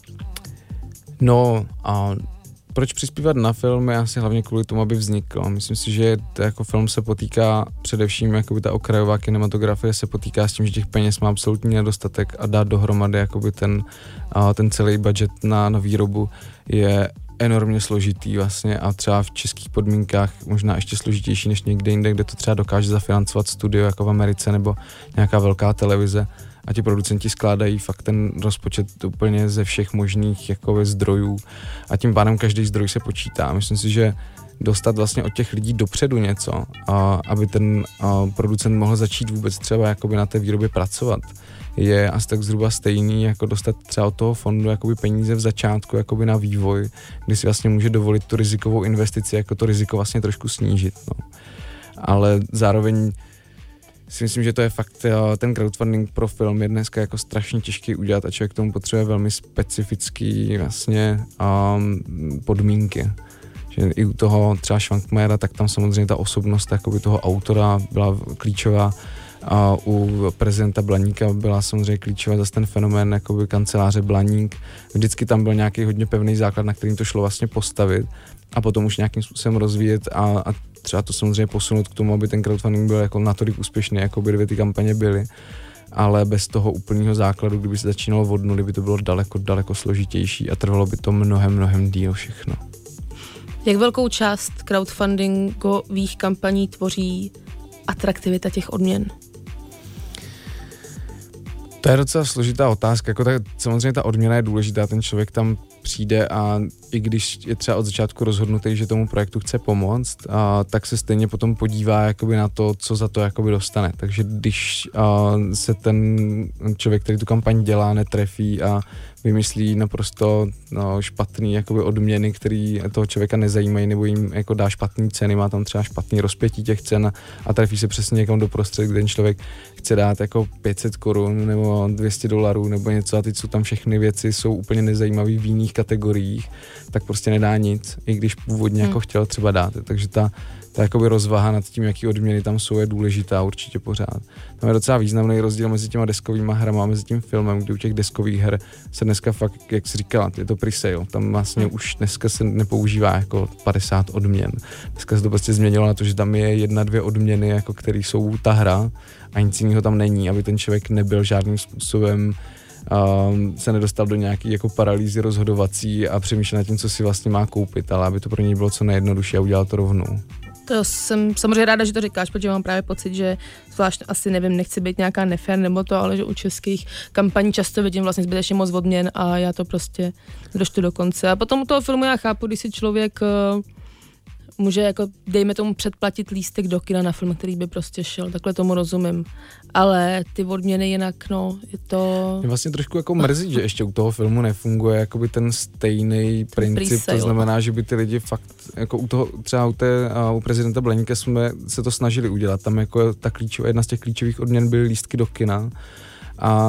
Speaker 5: No a proč přispívat na film je asi hlavně kvůli tomu, aby vznikl. Myslím si, že to jako film se potýká především, jakoby ta okrajová kinematografie se potýká s tím, že těch peněz má absolutní nedostatek a dát dohromady jakoby ten, ten celý budget na, na výrobu je enormně složitý vlastně a třeba v českých podmínkách možná ještě složitější než někde jinde, kde to třeba dokáže zafinancovat studio jako v Americe nebo nějaká velká televize a ti producenti skládají fakt ten rozpočet úplně ze všech možných jakoby zdrojů a tím pádem každý zdroj se počítá. Myslím si, že dostat vlastně od těch lidí dopředu něco, a aby ten a, producent mohl začít vůbec třeba jakoby na té výrobě pracovat, je asi tak zhruba stejný, jako dostat třeba od toho fondu jakoby peníze v začátku jakoby na vývoj, kdy si vlastně může dovolit tu rizikovou investici, jako to riziko vlastně trošku snížit. No. Ale zároveň si myslím, že to je fakt, ten crowdfunding pro film je dneska jako strašně těžký udělat a člověk k tomu potřebuje velmi specifický vlastně um, podmínky. Že i u toho třeba Švankmajera, tak tam samozřejmě ta osobnost jakoby toho autora byla klíčová. A u prezidenta Blaníka byla samozřejmě klíčová zase ten fenomén jakoby kanceláře Blaník. Vždycky tam byl nějaký hodně pevný základ, na kterým to šlo vlastně postavit a potom už nějakým způsobem rozvíjet a, a třeba to samozřejmě posunout k tomu, aby ten crowdfunding byl jako natolik úspěšný, jako by dvě ty kampaně byly. Ale bez toho úplného základu, kdyby se začínalo od nuly, by to bylo daleko, daleko složitější a trvalo by to mnohem, mnohem díl všechno.
Speaker 3: Jak velkou část crowdfundingových kampaní tvoří atraktivita těch odměn?
Speaker 5: To je docela složitá otázka, jako tak, samozřejmě ta odměna je důležitá, ten člověk tam přijde a i když je třeba od začátku rozhodnutý, že tomu projektu chce pomoct, a, tak se stejně potom podívá jakoby na to, co za to jakoby dostane. Takže když a, se ten člověk, který tu kampaň dělá, netrefí a vymyslí naprosto no, špatný jakoby odměny, který toho člověka nezajímají, nebo jim jako dá špatný ceny, má tam třeba špatný rozpětí těch cen a trefí se přesně někam do prostřed, kde ten člověk chce dát jako pět set korun nebo dvě stě dolarů nebo něco a teď jsou tam všechny věci, jsou úplně nezajímavý v jiných kategoriích, tak prostě nedá nic, i když původně hmm. jako chtěl třeba dát. Takže ta, ta jakoby rozvaha nad tím, jaký odměny tam jsou, je důležitá určitě pořád. Tam je docela významný rozdíl mezi těma deskovýma hrama a mezi tím filmem, kdy u těch deskových her se dneska fakt, jak jsi říkala, je to pre-sale. Tam vlastně hmm. už dneska se nepoužívá jako padesát odměn. Dneska se to prostě změnilo na to, že tam je jedna, dvě odměny, jako které jsou ta hra a nic jiného tam není, aby ten člověk nebyl žádným způsobem Um, se nedostal do nějaký jako paralýzy rozhodovací a přemýšlel nad tím, co si vlastně má koupit, ale aby to pro něj bylo co nejjednodušší a udělal to rovnou.
Speaker 3: To jsem samozřejmě ráda, že to říkáš, protože mám právě pocit, že zvlášť asi nevím, nechci být nějaká nefér nebo to, ale že u českých kampaní často vidím vlastně zbytečně moc odměn a já to prostě doštu do konce. A potom u toho filmu já chápu, když si člověk uh, může jako, dejme tomu, předplatit lístek do kina na film, který by prostě šel, takhle tomu rozumím. Ale ty odměny jinak, no, je to...
Speaker 5: Je vlastně trošku jako mrzí, že ještě u toho filmu nefunguje jakoby ten stejný princip, to znamená, že by ty lidi fakt, jako u toho, třeba u, té, u prezidenta Blaníka jsme se to snažili udělat, tam jako ta klíčová, jedna z těch klíčových odměn byly lístky do kina a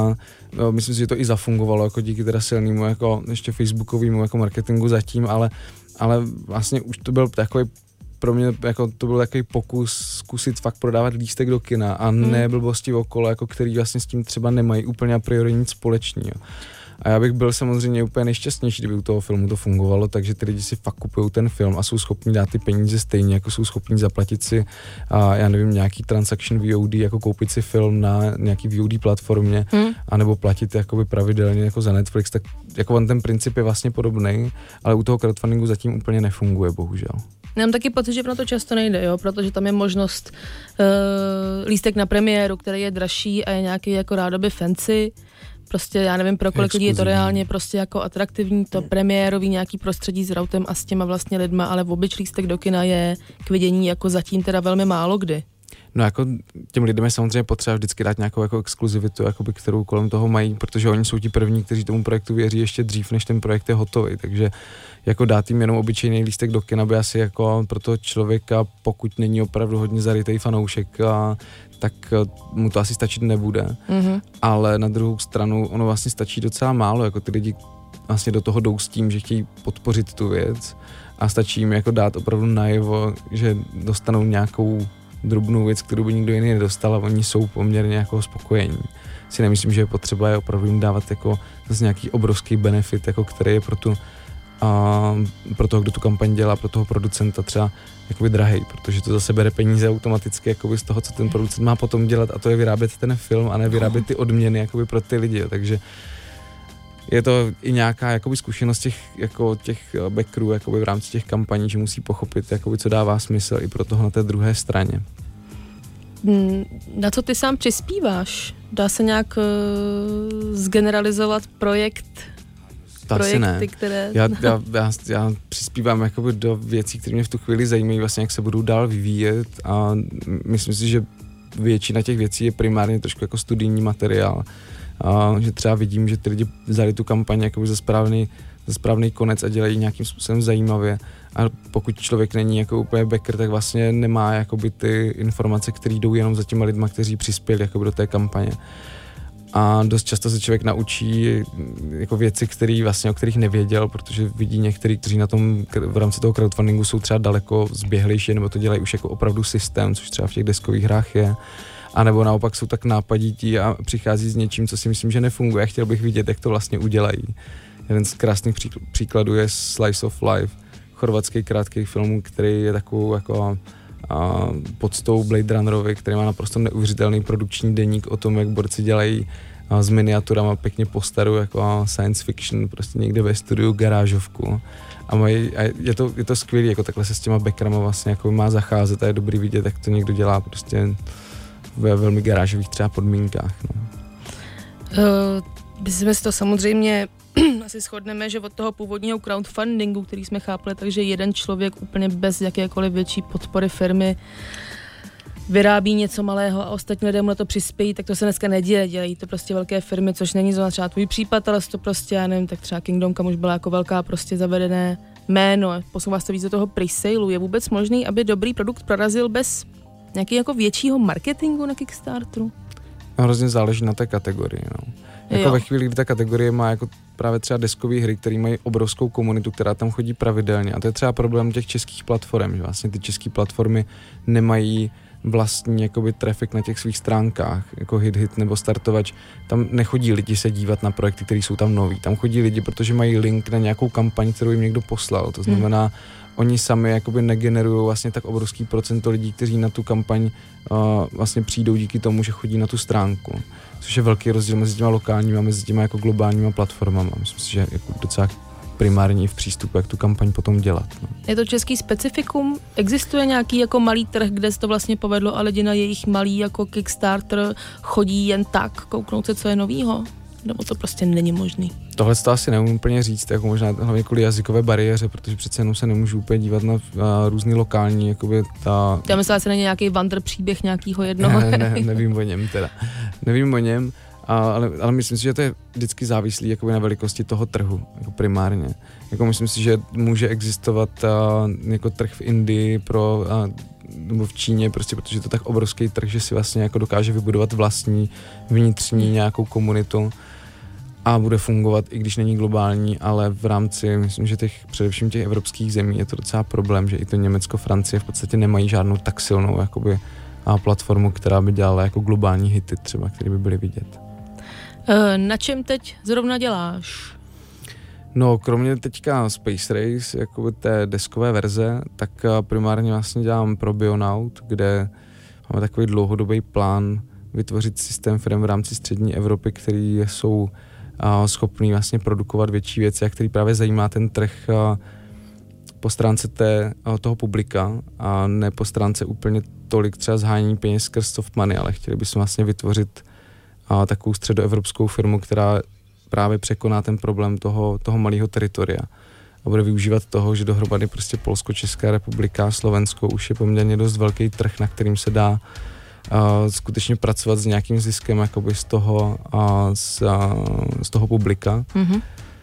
Speaker 5: no, myslím si, že to i zafungovalo jako díky teda silnému jako ještě facebookovému jako marketingu zatím, ale, ale vlastně už to byl takový pro mě jako to byl takový pokus zkusit fakt prodávat lístek do kina a ne hmm. blbosti okolo, jako který vlastně s tím třeba nemají úplně a priori nic společného. A já bych byl samozřejmě úplně nejšťastnější, kdyby u toho filmu to fungovalo, takže ty lidi si fakt kupují ten film a jsou schopni dát ty peníze stejně, jako jsou schopni zaplatit si, a já nevím, nějaký transaction V O D, jako koupit si film na nějaký V O D platformě, hmm. anebo platit jakoby pravidelně jako za Netflix, tak jako on ten princip je vlastně podobný, ale u toho crowdfundingu zatím úplně nefunguje, bohužel.
Speaker 3: Já mám taky pocit, že pro to často nejde, jo, protože tam je možnost uh, lístek na premiéru, který je dražší a je nějaký jako rádoby fancy. Prostě já nevím, pro kolik lidí je to reálně prostě jako atraktivní, to premiérový nějaký prostředí s routem a s těma vlastně lidma, ale v obyč lístek do kina je k vidění jako zatím teda velmi málo kdy.
Speaker 5: No jako těm lidem je samozřejmě potřeba vždycky dát nějakou jako exkluzivitu, jakoby, kterou kolem toho mají, protože oni jsou ti první, kteří tomu projektu věří ještě dřív, než ten projekt je hotový, takže jako dát jim jenom obyčejný lístek do kina by asi jako pro toho člověka, pokud není opravdu hodně zarytej fanoušek, a, tak mu to asi stačit nebude. Mm-hmm. Ale na druhou stranu ono vlastně stačí docela málo, jako ty lidi vlastně do toho jdou s tím, že chtějí podpořit tu věc a stačí jim jako dát opravdu najevo, že dostanou nějakou drobnou věc, kterou by nikdo jiný nedostal a oni jsou poměrně jako spokojení. Si nemyslím, že je potřeba je opravdu jim dávat jako zase nějaký obrovský benefit, jako který je pro tu a pro toho, kdo tu kampaň dělá, pro toho producenta třeba jakoby drahej, protože to zase bere peníze automaticky jakoby z toho, co ten producent má potom dělat, a to je vyrábět ten film a ne vyrábět ty odměny jakoby pro ty lidi, takže je to i nějaká jakoby zkušenost těch, jako těch backerů jakoby v rámci těch kampaní, že musí pochopit, jakoby, co dává smysl i pro toho na té druhé straně.
Speaker 3: Na co ty sám přispíváš? Dá se nějak uh, zgeneralizovat projekt?
Speaker 5: To asi ne.
Speaker 3: Které...
Speaker 5: Já, já, já, já přispívám jakoby do věcí, které mě v tu chvíli zajímají, vlastně jak se budou dál vyvíjet, a myslím si, že většina těch věcí je primárně trošku jako studijní materiál. A že třeba vidím, že ty lidi vzali tu kampaň jakoby za správný, za správný konec a dělají nějakým způsobem zajímavě. A pokud člověk není jako úplně backer, tak vlastně nemá jakoby ty informace, které jdou jenom za těma lidma, kteří přispěli jakoby do té kampaně. A dost často se člověk naučí jako věci, které vlastně, o kterých nevěděl, protože vidí některý, kteří na tom v rámci toho crowdfundingu jsou třeba daleko zběhlejší, nebo to dělají už jako opravdu systém, což třeba v těch deskových hrách je. A nebo naopak jsou tak nápadití a přichází s něčím, co si myslím, že nefunguje. Chtěl bych vidět, jak to vlastně udělají. Jeden z krásných příkladů je Slice of Life, chorvatský krátký film, který je takovou jako a, podstou Blade Runnerovi, který má naprosto neuvěřitelný produkční deník o tom, jak borci dělají a, s miniaturama pěkně po staru, jako a, science fiction, prostě někde ve studiu garážovku. A, mají, a je to, je to skvělý, jako takhle se s těma backerama vlastně jako má zacházet a je dobrý vidět, jak to někdo dělá prostě ve velmi garážových třeba podmínkách. No.
Speaker 3: Uh, my jsme si to samozřejmě asi shodneme, že od toho původního crowdfundingu, který jsme chápali, takže jeden člověk úplně bez jakékoliv větší podpory firmy vyrábí něco malého a ostatní lidé mu na to přispějí, tak to se dneska neděje, dělají to prostě velké firmy, což není zrovna třeba tvůj případ, ale to prostě, já nevím, tak třeba Kingdom Come už byla jako velká prostě zavedené jméno, posouvá se to víc do toho pre-sailu. Je vůbec možný, aby dobrý produkt prorazil bez nějaký jako většího marketingu na Kickstarteru?
Speaker 5: Hrozně záleží na té kategorii, no. Jako jo. Ve chvíli, kdy ta kategorie má jako právě třeba deskové hry, které mají obrovskou komunitu, která tam chodí pravidelně, a to je třeba problém těch českých platform, že vlastně ty české platformy nemají vlastní jakoby traffic na těch svých stránkách, jako Hit Hit nebo Startovač. Tam nechodí lidi se dívat na projekty, které jsou tam nový. Tam chodí lidi, protože mají link na nějakou kampaň, kterou jim někdo poslal. To znamená, hmm. oni sami jakoby negenerují vlastně tak obrovský procento lidí, kteří na tu kampaň uh, vlastně přijdou díky tomu, že chodí na tu stránku. Což je velký rozdíl mezi těma lokálníma a mezi těma jako globálníma platformama. Myslím si, že jako docela primární v přístupu, jak tu kampaň potom dělat. No.
Speaker 3: Je to český specifikum? Existuje nějaký jako malý trh, kde se to vlastně povedlo a lidi na jejich malý jako Kickstarter chodí jen tak, kouknout se, co je novýho? Nebo to prostě není možný?
Speaker 5: Tohle to asi neumím úplně říct, jako možná hlavně kvůli jazykové bariéře, protože přece jenom se nemůžu úplně dívat na, na různý lokální, jakoby ta...
Speaker 3: Já myslím, že se není nějaký wander příběh nějakýho jednoho.
Speaker 5: ne, ne, nevím o něm teda. Nevím o něm, ale, ale myslím si, že to je vždycky závislý jakoby na velikosti toho trhu, jako primárně. Jako myslím si, že může existovat a, jako trh v Indii pro... A, nebo v Číně, prostě protože to je tak obrovský trh, že si vlastně jako dokáže vybudovat vlastní vnitřní nějakou komunitu. a bude fungovat, i když není globální, ale v rámci, myslím, že těch, především těch evropských zemí je to docela problém, že i to Německo, Francie v podstatě nemají žádnou tak silnou jakoby, a platformu, která by dělala jako globální hity třeba, které by byly vidět.
Speaker 3: Na čem teď zrovna děláš?
Speaker 5: No, kromě teďka Space Race, jakoby té deskové verze, tak primárně vlastně dělám pro Bionaut, kde máme takový dlouhodobý plán vytvořit systém firm v rámci střední Evropy, který jsou a, schopný vlastně produkovat větší věci a který právě zajímá ten trh a, po stránce té, a, toho publika a ne po stránce úplně tolik třeba zhánění peněz skrz soft money, ale chtěli bychom vlastně vytvořit a, takovou středoevropskou firmu, která právě překoná ten problém toho, toho malého teritoria a bude využívat toho, že dohromady prostě Polsko, Česká republika, Slovensko už je poměrně dost velký trh, na kterým se dá uh, skutečně pracovat s nějakým ziskem jakoby z toho, uh, z, uh, z toho publika mm-hmm.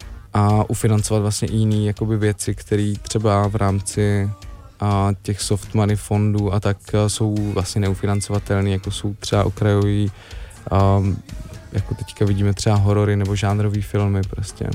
Speaker 5: a ufinancovat vlastně i jiný jakoby věci, které třeba v rámci uh, těch soft money fondů a tak uh, jsou vlastně neufinancovatelné, jako jsou třeba okrajový um, jako teďka vidíme třeba horory nebo žánrový filmy prostě.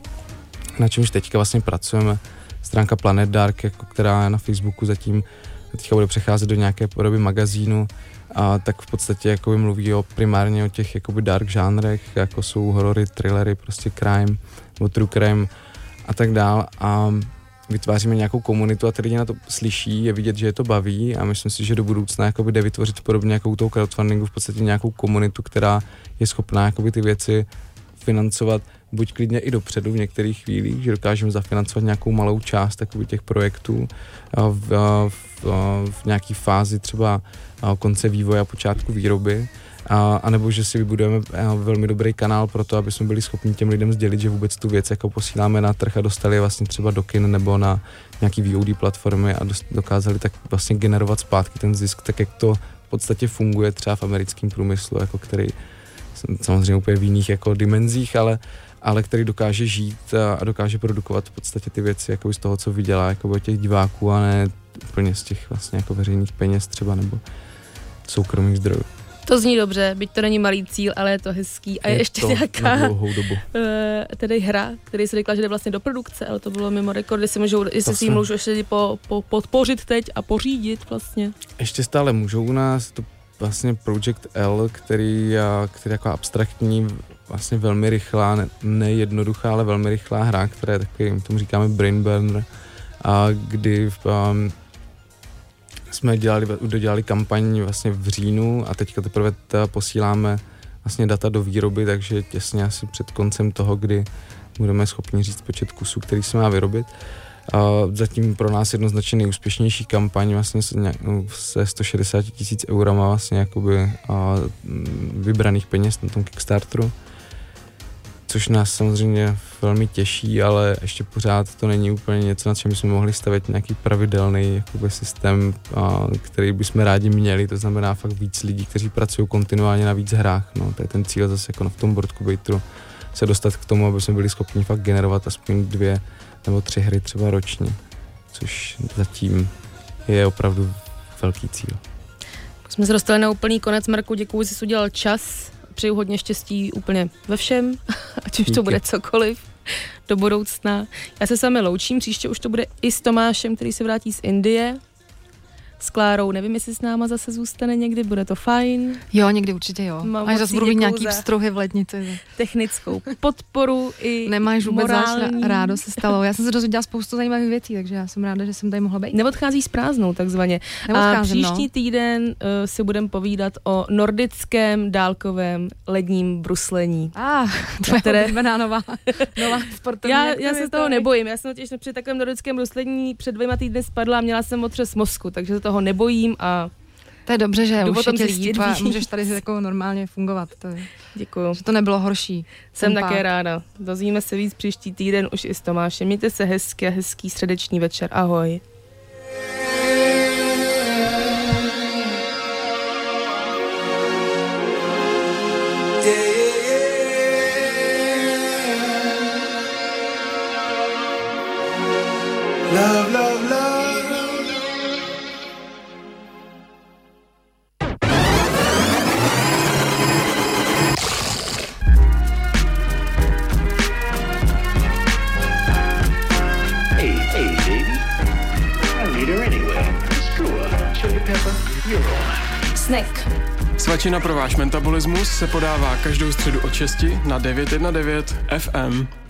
Speaker 5: Na čemž teďka vlastně pracujeme. Stránka Planet Dark, jako která je na Facebooku zatím teďka bude přecházet do nějaké podoby magazínu a tak v podstatě jakoby mluví o, primárně o těch jakoby dark žánrech, jako jsou horory, thrillery, prostě crime nebo true crime a tak dál a vytváříme nějakou komunitu a ty na to slyší, je vidět, že je to baví a myslím si, že do budoucna jakoby jde vytvořit podobně jako u toho crowdfundingu v podstatě nějakou komunitu, která je schopná jakoby ty věci financovat buď klidně i dopředu v některých chvílích, že dokážeme zafinancovat nějakou malou část jakoby těch projektů v, v, v nějaké fázi třeba konce vývoje a počátku výroby. A, a nebo že si vybudujeme velmi dobrý kanál pro to, aby jsme byli schopni těm lidem sdělit, že vůbec tu věc jako posíláme na trh a dostali je vlastně třeba do kin nebo na nějaký V O D platformy a dost, dokázali tak vlastně generovat zpátky ten zisk, tak jak to v podstatě funguje třeba v americkém průmyslu, jako který samozřejmě úplně v jiných jako dimenzích, ale, ale který dokáže žít a, a dokáže produkovat v podstatě ty věci jako z toho, co vydělá jako od těch diváků a ne úplně z těch vlastně jako veřejných peněz třeba nebo soukromých zdrojů.
Speaker 3: To zní dobře, byť to není malý cíl, ale je to hezký. A je, je ještě nějaká uh, tedy hra, který si řekla, že jde vlastně do produkce, ale to bylo mimo rekord, jestli, můžou, jestli si ji můžu ještě po, po, podpořit teď a pořídit vlastně.
Speaker 5: Ještě stále můžou u nás, to vlastně Project L, který, který jako abstraktní, vlastně velmi rychlá, ne, nejednoduchá, ale velmi rychlá hra, která je takový, tomu říkáme brain burner, a kdy v, um, jsme dělali, dodělali kampaň vlastně v říjnu a teďka teprve posíláme vlastně data do výroby, takže těsně asi před koncem toho, kdy budeme schopni říct počet kusů, který se má vyrobit. A zatím pro nás jednoznačně nejúspěšnější kampaň vlastně se sto šedesát tisíc eurama vlastně jakoby a vybraných peněz na tom Kickstarteru, což nás samozřejmě velmi těší, ale ještě pořád to není úplně něco, na čem bychom mohli stavět nějaký pravidelný jakoby systém, a, který bychom rádi měli, to znamená fakt víc lidí, kteří pracují kontinuálně na víc hrách, no, to je ten cíl zase jako v tom boardcubateru, se dostat k tomu, aby jsme byli schopni fakt generovat aspoň dvě nebo tři hry třeba ročně, což zatím je opravdu velký cíl.
Speaker 3: Jsme se dostali na úplný konec, Marku, děkuji, že jsi udělal čas. Přeju hodně štěstí úplně ve všem, ať už to bude cokoliv do budoucna. Já se s vámi loučím, příště už to bude i s Tomášem, který se vrátí z Indie. S Klárou, nevím, jestli s náma zase zůstane někdy, bude to fajn.
Speaker 4: Jo, někdy určitě jo.
Speaker 3: Mám
Speaker 4: až zase budu mít nějaký vztruhy v lednici.
Speaker 3: Technickou podporu i
Speaker 4: nemáš vůbec
Speaker 3: morální.
Speaker 4: Rádo se stalo. Já jsem se dozvěděla spoustu zajímavých věcí, takže já jsem ráda, že jsem tady mohla být.
Speaker 3: Neodchází s prázdnou takzvaně. A příští no. týden uh, si budeme povídat o nordickém dálkovém ledním bruslení.
Speaker 4: Ah, to je které... oblíbená nová, nová sportovní
Speaker 3: já, já se toho nebojím. Já jsem totiž při takovém nordickém bruslení před dvěma týdny spadla a měla jsem otřes mozku, takže se toho nebojím a
Speaker 4: to je dobře, že už je tě líp a můžeš tady jako normálně fungovat. To je,
Speaker 3: děkuju.
Speaker 4: Že to nebylo horší.
Speaker 3: Jsem také pár. ráda. Dozvíme se víc příští týden už i s Tomášem. Mějte se hezky a hezký středeční večer. Ahoj.
Speaker 6: Love, love, love. baby. I need her anyway. Screw her. Chili pepper, you're on.
Speaker 1: Snack.
Speaker 2: Svačina pro váš metabolismus se podává každou středu od šesti na devět jedna devět F M.